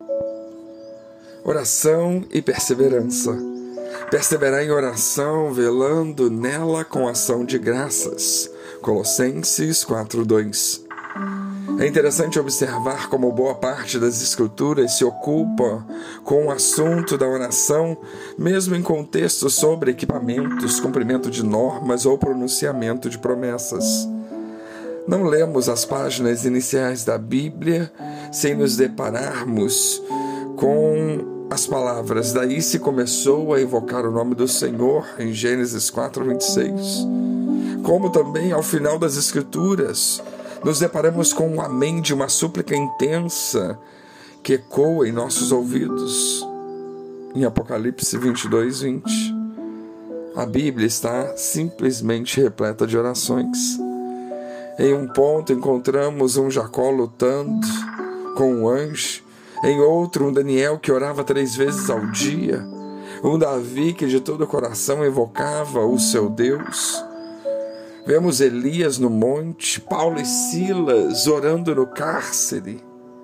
Oração e perseverança. Perseverar em oração, velando nela com ação de graças. Colossenses 4:2. É interessante observar como boa parte das Escrituras se ocupa com o assunto da oração, mesmo em contextos sobre equipamentos, cumprimento de normas ou pronunciamento de promessas. Não lemos as páginas iniciais da Bíblia sem nos depararmos com as palavras: daí se começou a evocar o nome do Senhor, em Gênesis 4:26. Como também ao final das Escrituras, nos deparamos com um amém de uma súplica intensa que ecoa em nossos ouvidos. Em Apocalipse 22:20. A Bíblia está simplesmente repleta de orações. Em um ponto encontramos um Jacó lutando com um anjo, em outro um Daniel que orava 3 vezes ao dia, um Davi que de todo o coração evocava o seu Deus. Vemos Elias no monte, Paulo e Silas orando no cárcere.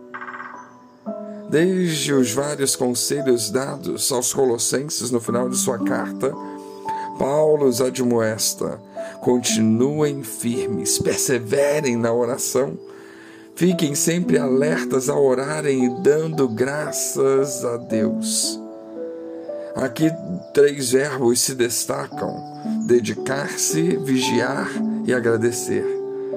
Desde os vários conselhos dados aos Colossenses no final de sua carta, Paulo os admoesta: continuem firmes, perseverem na oração, fiquem sempre alertas a orarem e dando graças a Deus. Aqui 3 verbos se destacam: dedicar-se, vigiar e agradecer.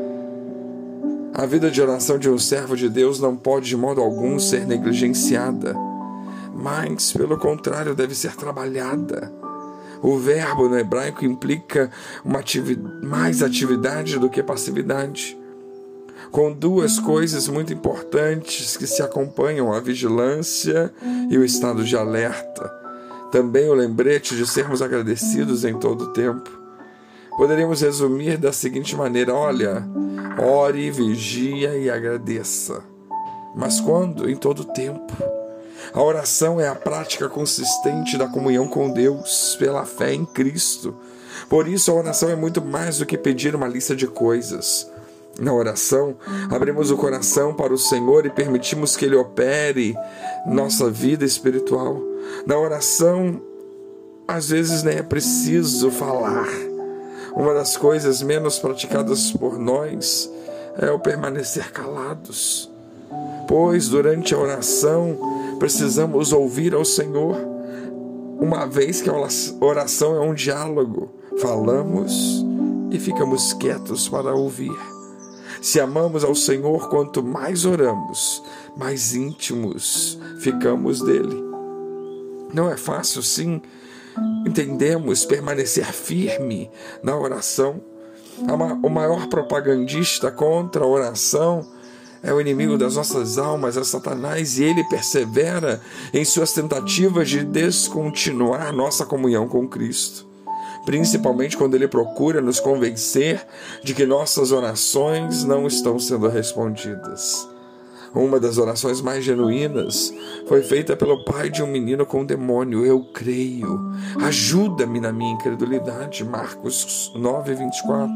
A vida de oração de um servo de Deus não pode de modo algum ser negligenciada, mas, pelo contrário, deve ser trabalhada. O verbo no hebraico implica mais atividade do que passividade, com 2 coisas muito importantes que se acompanham: a vigilância e o estado de alerta. Também o lembrete de sermos agradecidos em todo o tempo. Poderíamos resumir da seguinte maneira: olha, ore, vigia e agradeça. Mas quando? Em todo o tempo. A oração é a prática consistente da comunhão com Deus pela fé em Cristo. Por isso, a oração é muito mais do que pedir uma lista de coisas. Na oração, abrimos o coração para o Senhor e permitimos que Ele opere nossa vida espiritual. Na oração, às vezes nem é preciso falar. Uma das coisas menos praticadas por nós é o permanecer calados, pois durante a oração precisamos ouvir ao Senhor, uma vez que a oração é um diálogo. Falamos e ficamos quietos para ouvir. Se amamos ao Senhor, quanto mais oramos, mais íntimos ficamos dele. Não é fácil, sim, entendemos, permanecer firme na oração. O maior propagandista contra a oração é o inimigo das nossas almas, é Satanás, e ele persevera em suas tentativas de descontinuar nossa comunhão com Cristo, principalmente quando ele procura nos convencer de que nossas orações não estão sendo respondidas. Uma das orações mais genuínas foi feita pelo pai de um menino com demônio: eu creio, ajuda-me na minha incredulidade. Marcos 9:24.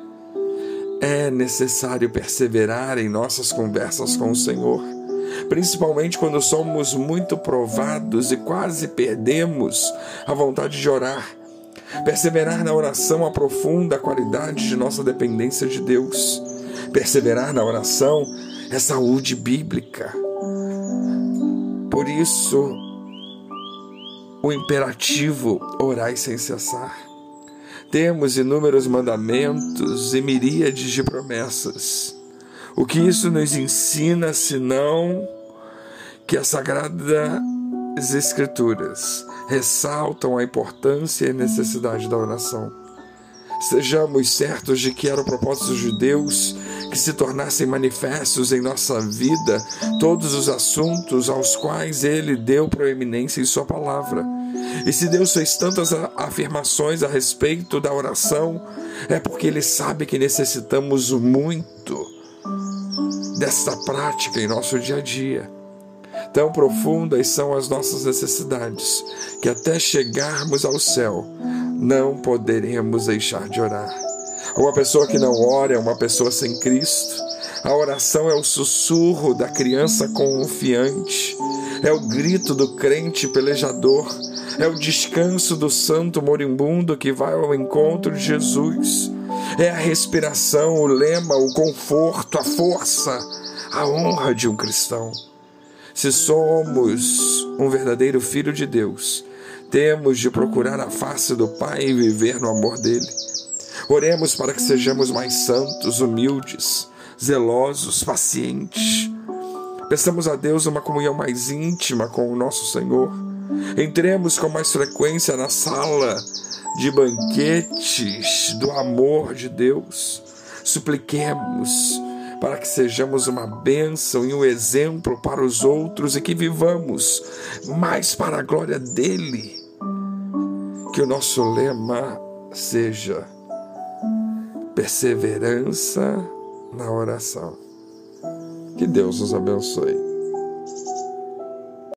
É necessário perseverar em nossas conversas com o Senhor, principalmente quando somos muito provados e quase perdemos a vontade de orar. Perseverar na oração aprofunda a qualidade de nossa dependência de Deus. Perseverar na oração é saúde bíblica. Por isso, o imperativo: orai sem cessar. Temos inúmeros mandamentos e miríades de promessas. O que isso nos ensina, senão que as Sagradas Escrituras ressaltam a importância e a necessidade da oração. Sejamos certos de que era o propósito de Deus que se tornassem manifestos em nossa vida todos os assuntos aos quais Ele deu proeminência em Sua palavra. E se Deus fez tantas afirmações a respeito da oração, é porque Ele sabe que necessitamos muito desta prática em nosso dia a dia. Tão profundas são as nossas necessidades que até chegarmos ao céu não poderemos deixar de orar. Uma pessoa que não ora é uma pessoa sem Cristo. A oração é o sussurro da criança confiante. é o grito do crente pelejador, é o descanso do santo moribundo que vai ao encontro de Jesus, é a respiração, o lema, o conforto, a força, a honra de um cristão. Se somos um verdadeiro filho de Deus, temos de procurar a face do Pai e viver no amor dele. Oremos para que sejamos mais santos, humildes, zelosos, pacientes. Peçamos a Deus uma comunhão mais íntima com o nosso Senhor. Entremos com mais frequência na sala de banquetes do amor de Deus. Supliquemos para que sejamos uma bênção e um exemplo para os outros e que vivamos mais para a glória dele. Que o nosso lema seja perseverança na oração. Que Deus nos abençoe.